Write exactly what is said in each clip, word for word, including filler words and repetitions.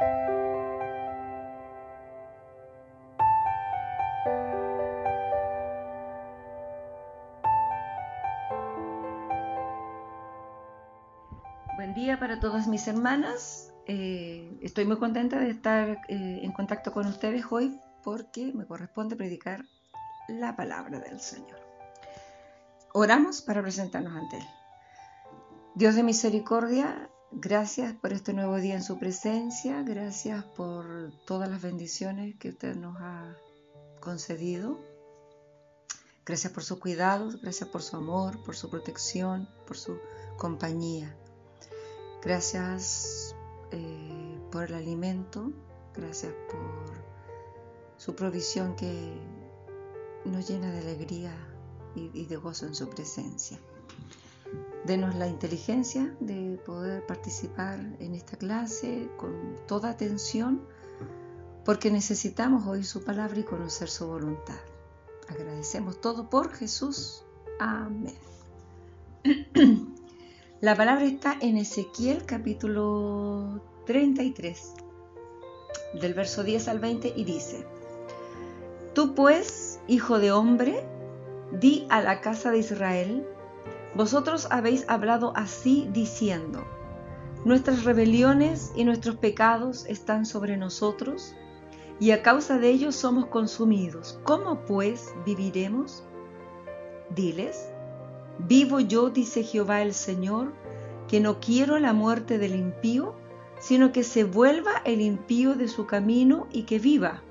Buen día para todas mis hermanas. Eh, estoy muy contenta de estar eh, en contacto con ustedes hoy porque me corresponde predicar la palabra del Señor. Oramos para presentarnos ante Él. Dios de misericordia, gracias por este nuevo día en su presencia, gracias por todas las bendiciones que usted nos ha concedido. Gracias por sus cuidados, gracias por su amor, por su protección, por su compañía. Gracias eh, por el alimento, gracias por su provisión que nos llena de alegría y, y de gozo en su presencia. Denos la inteligencia de poder participar en esta clase con toda atención, porque necesitamos oír su palabra y conocer su voluntad. Agradecemos todo por Jesús. Amén. La palabra está en Ezequiel capítulo treinta y tres, del verso diez al veinte, y dice: Tú pues, hijo de hombre, di a la casa de Israel: vosotros habéis hablado así diciendo: nuestras rebeliones y nuestros pecados están sobre nosotros, y a causa de ellos somos consumidos. ¿Cómo pues viviremos? Diles: Vivo yo, dice Jehová el Señor, que no quiero la muerte del impío, sino que se vuelva el impío de su camino y que viva.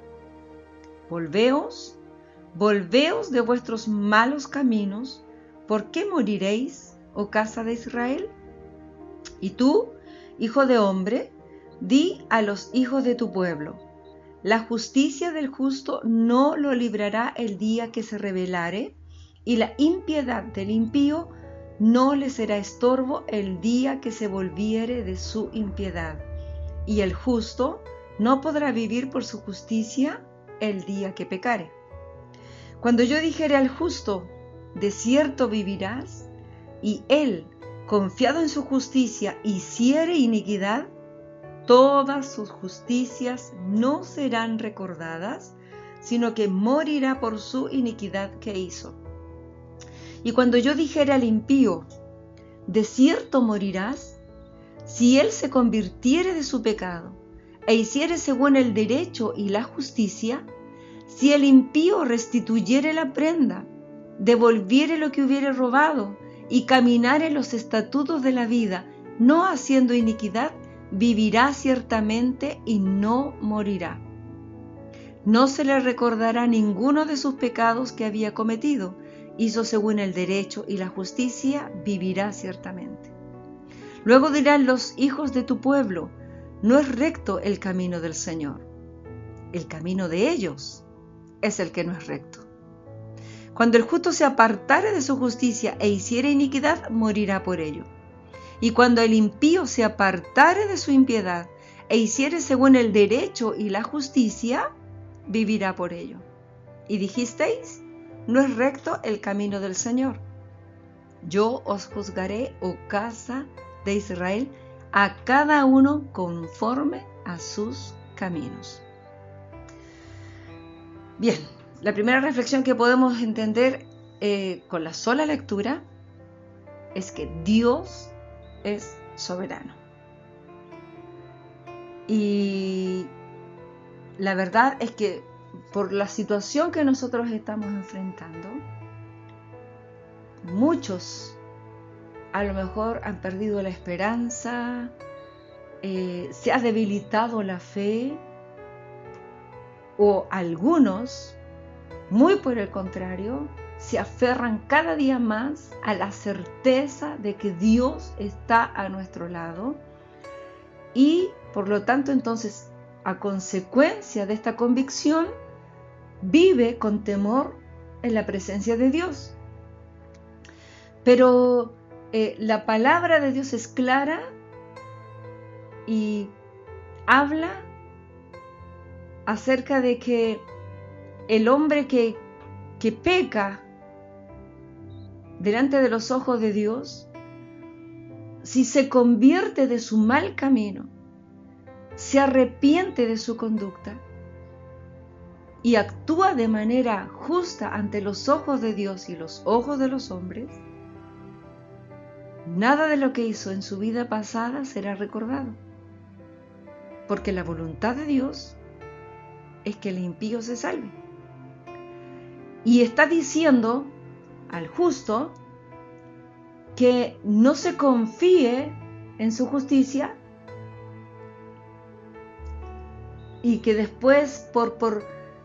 Volveos, volveos de vuestros malos caminos. ¿Por qué moriréis, oh casa de Israel? Y tú, hijo de hombre, di a los hijos de tu pueblo: la justicia del justo no lo librará el día que se rebelare, y la impiedad del impío no le será estorbo el día que se volviere de su impiedad. Y el justo no podrá vivir por su justicia el día que pecare. Cuando yo dijere al justo: de cierto vivirás, y él, confiado en su justicia, hiciere iniquidad, todas sus justicias no serán recordadas, sino que morirá por su iniquidad que hizo. Y cuando yo dijere al impío: de cierto morirás, si él se convirtiere de su pecado, e hiciere según el derecho y la justicia, si el impío restituyere la prenda, devolviere lo que hubiere robado, y caminare en los estatutos de la vida, no haciendo iniquidad, vivirá ciertamente y no morirá. No se le recordará ninguno de sus pecados que había cometido. Hizo según el derecho y la justicia, vivirá ciertamente. Luego dirán los hijos de tu pueblo: no es recto el camino del Señor. El camino de ellos es el que no es recto. Cuando el justo se apartare de su justicia e hiciere iniquidad, morirá por ello. Y cuando el impío se apartare de su impiedad e hiciere según el derecho y la justicia, vivirá por ello. Y dijisteis: no es recto el camino del Señor. Yo os juzgaré, oh casa de Israel, a cada uno conforme a sus caminos. Bien, la primera reflexión que podemos entender eh, con la sola lectura es que Dios es soberano. Y la verdad es que por la situación que nosotros estamos enfrentando, muchos a lo mejor han perdido la esperanza, eh, se ha debilitado la fe, o algunos, muy por el contrario, se aferran cada día más a la certeza de que Dios está a nuestro lado, y por lo tanto entonces, a consecuencia de esta convicción, vive con temor en la presencia de Dios. Pero eh, la palabra de Dios es clara y habla acerca de que el hombre que, que peca delante de los ojos de Dios, si se convierte de su mal camino, se arrepiente de su conducta y actúa de manera justa ante los ojos de Dios y los ojos de los hombres, nada de lo que hizo en su vida pasada será recordado, porque la voluntad de Dios es que el impío se salve. Y está diciendo al justo que no se confíe en su justicia y que después por, por,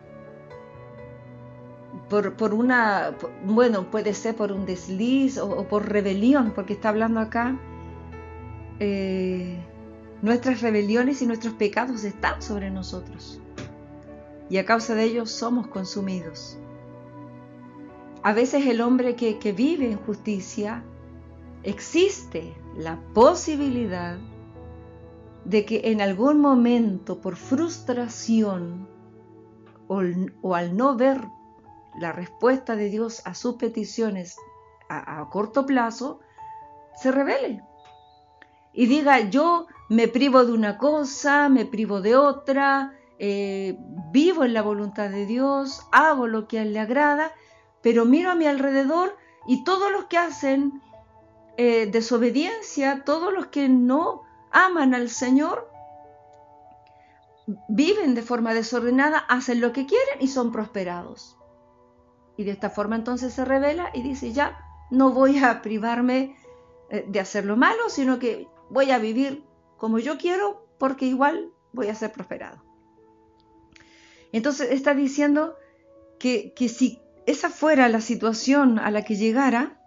por, por una, bueno, puede ser por un desliz o, o por rebelión, porque está hablando acá, eh, nuestras rebeliones y nuestros pecados están sobre nosotros y a causa de ellos somos consumidos. A veces el hombre que, que vive en justicia, existe la posibilidad de que en algún momento, por frustración o, o al no ver la respuesta de Dios a sus peticiones a, a corto plazo, se rebele y diga: yo me privo de una cosa, me privo de otra, eh, vivo en la voluntad de Dios, hago lo que a Él le agrada, pero miro a mi alrededor y todos los que hacen eh, desobediencia, todos los que no aman al Señor, viven de forma desordenada, hacen lo que quieren y son prosperados. Y de esta forma entonces se revela y dice: ya, no voy a privarme eh, de hacer lo malo, sino que voy a vivir como yo quiero, porque igual voy a ser prosperado. Entonces está diciendo que, que si esa fuera la situación a la que llegara,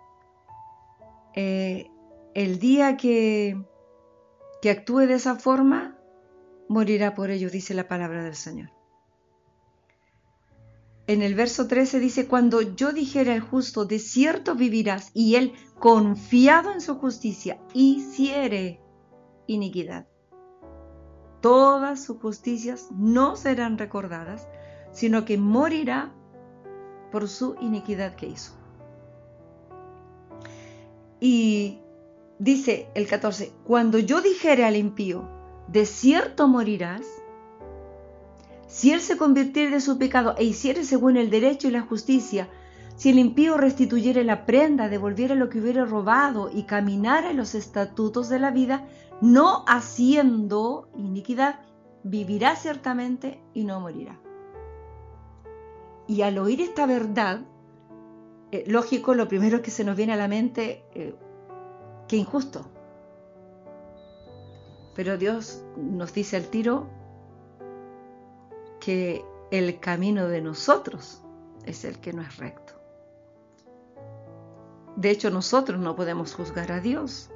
eh, el día que, que actúe de esa forma, morirá por ello, dice la palabra del Señor. En el verso trece dice: cuando yo dijera al justo, de cierto vivirás, y él, confiado en su justicia, hiciere iniquidad, todas sus justicias no serán recordadas, sino que morirá por su iniquidad que hizo. Y dice el catorce: cuando yo dijere al impío, de cierto morirás, si él se convirtiere de su pecado e hiciere según el derecho y la justicia, si el impío restituyere la prenda, devolviere lo que hubiere robado y caminara en los estatutos de la vida, no haciendo iniquidad, vivirá ciertamente y no morirá. Y al oír esta verdad, eh, lógico, lo primero que se nos viene a la mente, eh, qué injusto. Pero Dios nos dice al tiro que el camino de nosotros es el que no es recto. De hecho, nosotros no podemos juzgar a Dios.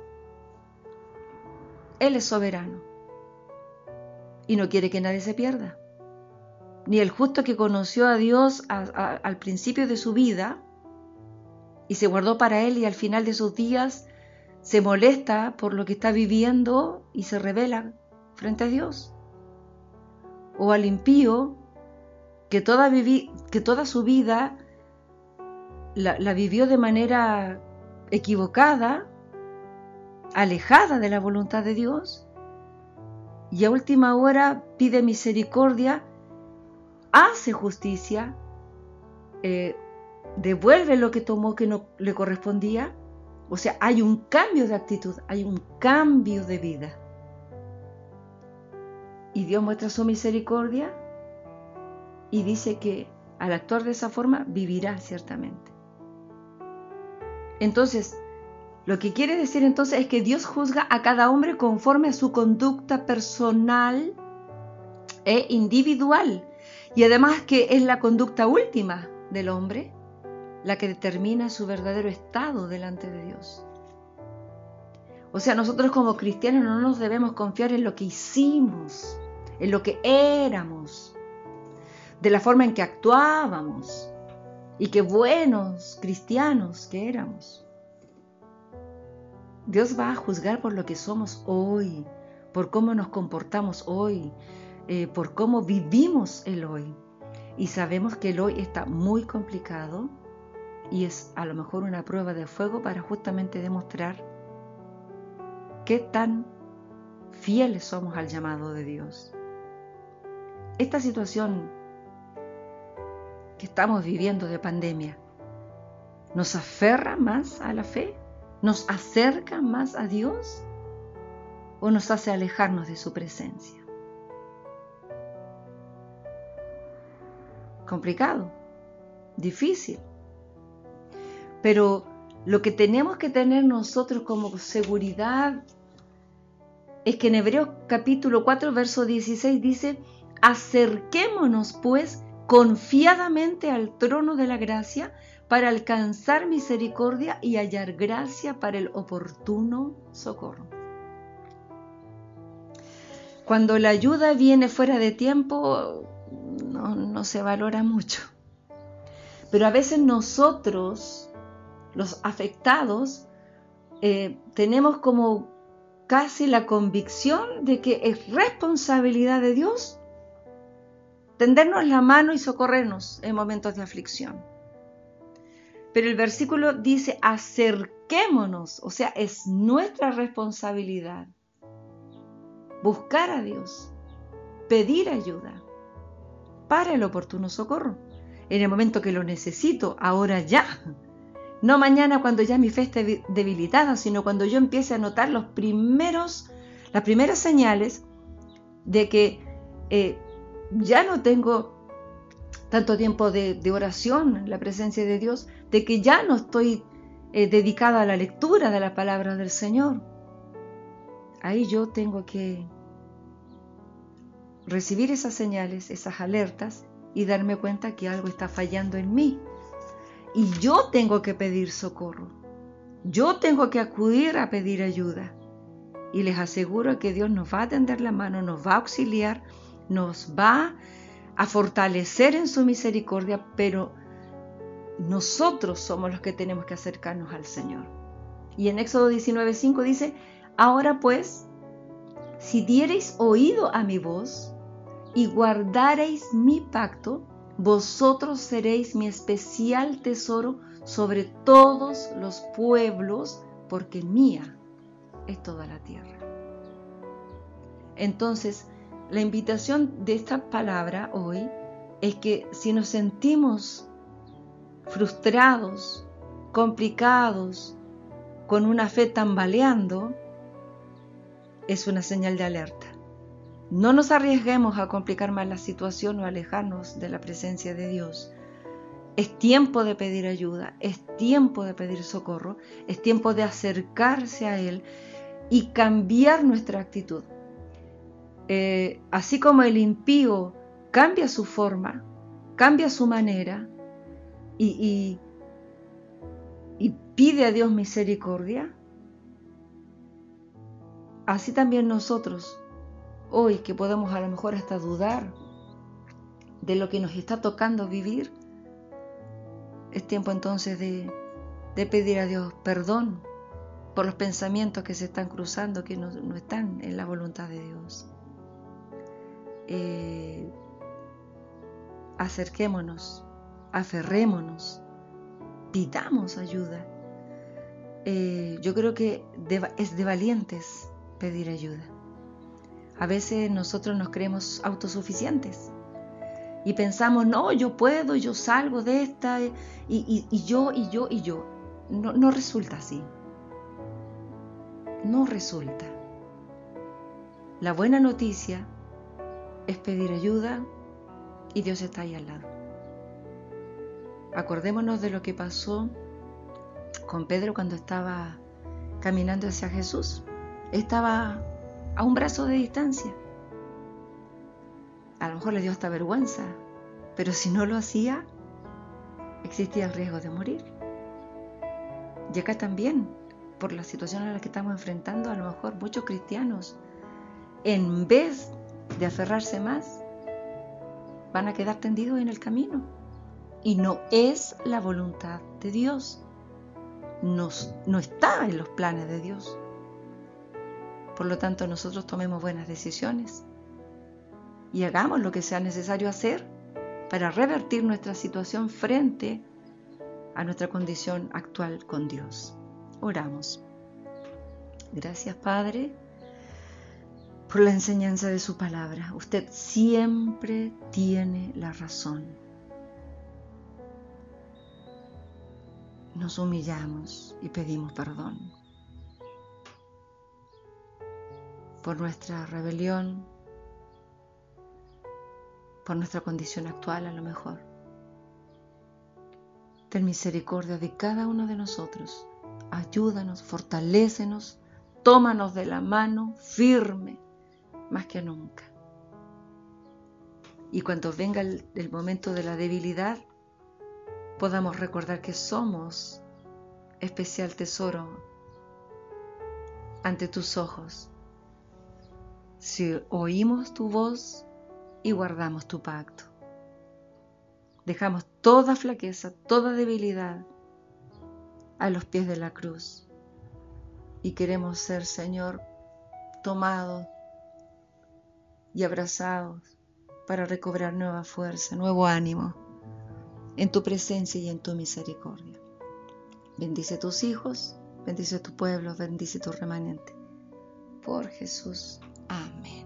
Él es soberano y no quiere que nadie se pierda. Ni el justo que conoció a Dios a, a, al principio de su vida y se guardó para Él, y al final de sus días se molesta por lo que está viviendo y se rebela frente a Dios. O al impío que toda, vivi, que toda su vida la, la vivió de manera equivocada, alejada de la voluntad de Dios, y a última hora pide misericordia, hace justicia, eh, devuelve lo que tomó que no le correspondía. O sea, hay un cambio de actitud, hay un cambio de vida. Y Dios muestra su misericordia y dice que al actuar de esa forma vivirá ciertamente. Entonces, lo que quiere decir entonces es que Dios juzga a cada hombre conforme a su conducta personal e individual. Y además que es la conducta última del hombre la que determina su verdadero estado delante de Dios. O sea, nosotros como cristianos no nos debemos confiar en lo que hicimos, en lo que éramos, de la forma en que actuábamos y qué buenos cristianos que éramos. Dios va a juzgar por lo que somos hoy, por cómo nos comportamos hoy, eh, por cómo vivimos el hoy. Y sabemos que el hoy está muy complicado y es a lo mejor una prueba de fuego para justamente demostrar qué tan fieles somos al llamado de Dios. Esta situación que estamos viviendo de pandemia, ¿nos aferra más a la fe? ¿Nos acerca más a Dios? ¿O nos hace alejarnos de su presencia? Complicado, difícil. Pero lo que tenemos que tener nosotros como seguridad es que en Hebreos capítulo cuatro, verso dieciséis dice: acerquémonos pues confiadamente al trono de la gracia para alcanzar misericordia y hallar gracia para el oportuno socorro. Cuando la ayuda viene fuera de tiempo, no, no se valora mucho. Pero a veces nosotros, los afectados, eh, tenemos como casi la convicción de que es responsabilidad de Dios tendernos la mano y socorrernos en momentos de aflicción. Pero el versículo dice: acerquémonos, o sea, es nuestra responsabilidad buscar a Dios, pedir ayuda para el oportuno socorro, en el momento que lo necesito, ahora ya. No mañana cuando ya mi fe esté debilitada, sino cuando yo empiece a notar los primeros, las primeras señales de que eh, ya no tengo tanto tiempo de, de oración en la presencia de Dios, de que ya no estoy eh, dedicada a la lectura de la palabra del Señor. Ahí yo tengo que recibir esas señales, esas alertas y darme cuenta que algo está fallando en mí. Y yo tengo que pedir socorro. Yo tengo que acudir a pedir ayuda. Y les aseguro que Dios nos va a tender la mano, nos va a auxiliar, nos va a fortalecer en su misericordia, pero nosotros somos los que tenemos que acercarnos al Señor. Y en Éxodo diecinueve cinco dice: ahora pues, si diereis oído a mi voz y guardareis mi pacto, vosotros seréis mi especial tesoro sobre todos los pueblos, porque mía es toda la tierra. Entonces, la invitación de esta palabra hoy es que si nos sentimos frustrados, complicados, con una fe tambaleando, es una señal de alerta. No nos arriesguemos a complicar más la situación o alejarnos de la presencia de Dios. Es tiempo de pedir ayuda, es tiempo de pedir socorro, es tiempo de acercarse a Él y cambiar nuestra actitud. Eh, así como el impío cambia su forma, cambia su manera y, y, y pide a Dios misericordia, así también nosotros, hoy que podemos a lo mejor hasta dudar de lo que nos está tocando vivir, es tiempo entonces de, de pedir a Dios perdón por los pensamientos que se están cruzando, que no, no están en la voluntad de Dios. Eh, acerquémonos, aferrémonos, pidamos ayuda. Eh, yo creo que de, es de valientes pedir ayuda. A veces nosotros nos creemos autosuficientes y pensamos: no, yo puedo, yo salgo de esta, y, y, y yo, y yo, y yo. No, no resulta así. No resulta. La buena noticia es pedir ayuda y Dios está ahí al lado. Acordémonos de lo que pasó con Pedro cuando estaba caminando hacia Jesús. Estaba a un brazo de distancia. A lo mejor le dio hasta vergüenza, pero si no lo hacía, existía el riesgo de morir. Y acá también, por la situación a la que estamos enfrentando, a lo mejor muchos cristianos, en vez de aferrarse más, van a quedar tendidos en el camino. Y no es la voluntad de Dios. No, no está en los planes de Dios. Por lo tanto, nosotros tomemos buenas decisiones y hagamos lo que sea necesario hacer para revertir nuestra situación frente a nuestra condición actual con Dios. Oramos. Gracias, Padre, por la enseñanza de su palabra. Usted siempre tiene la razón. Nos humillamos y pedimos perdón por nuestra rebelión, por nuestra condición actual a lo mejor. Ten misericordia de cada uno de nosotros. Ayúdanos, fortalécenos, tómanos de la mano firme, más que nunca. Y cuando venga el, el momento de la debilidad, podamos recordar que somos especial tesoro ante tus ojos, si oímos tu voz y guardamos tu pacto. Dejamos toda flaqueza, toda debilidad a los pies de la cruz y queremos ser, Señor, tomados y abrazados para recobrar nueva fuerza, nuevo ánimo en tu presencia y en tu misericordia. Bendice a tus hijos, bendice a tu pueblo, bendice a tu remanente. Por Jesús. Amén.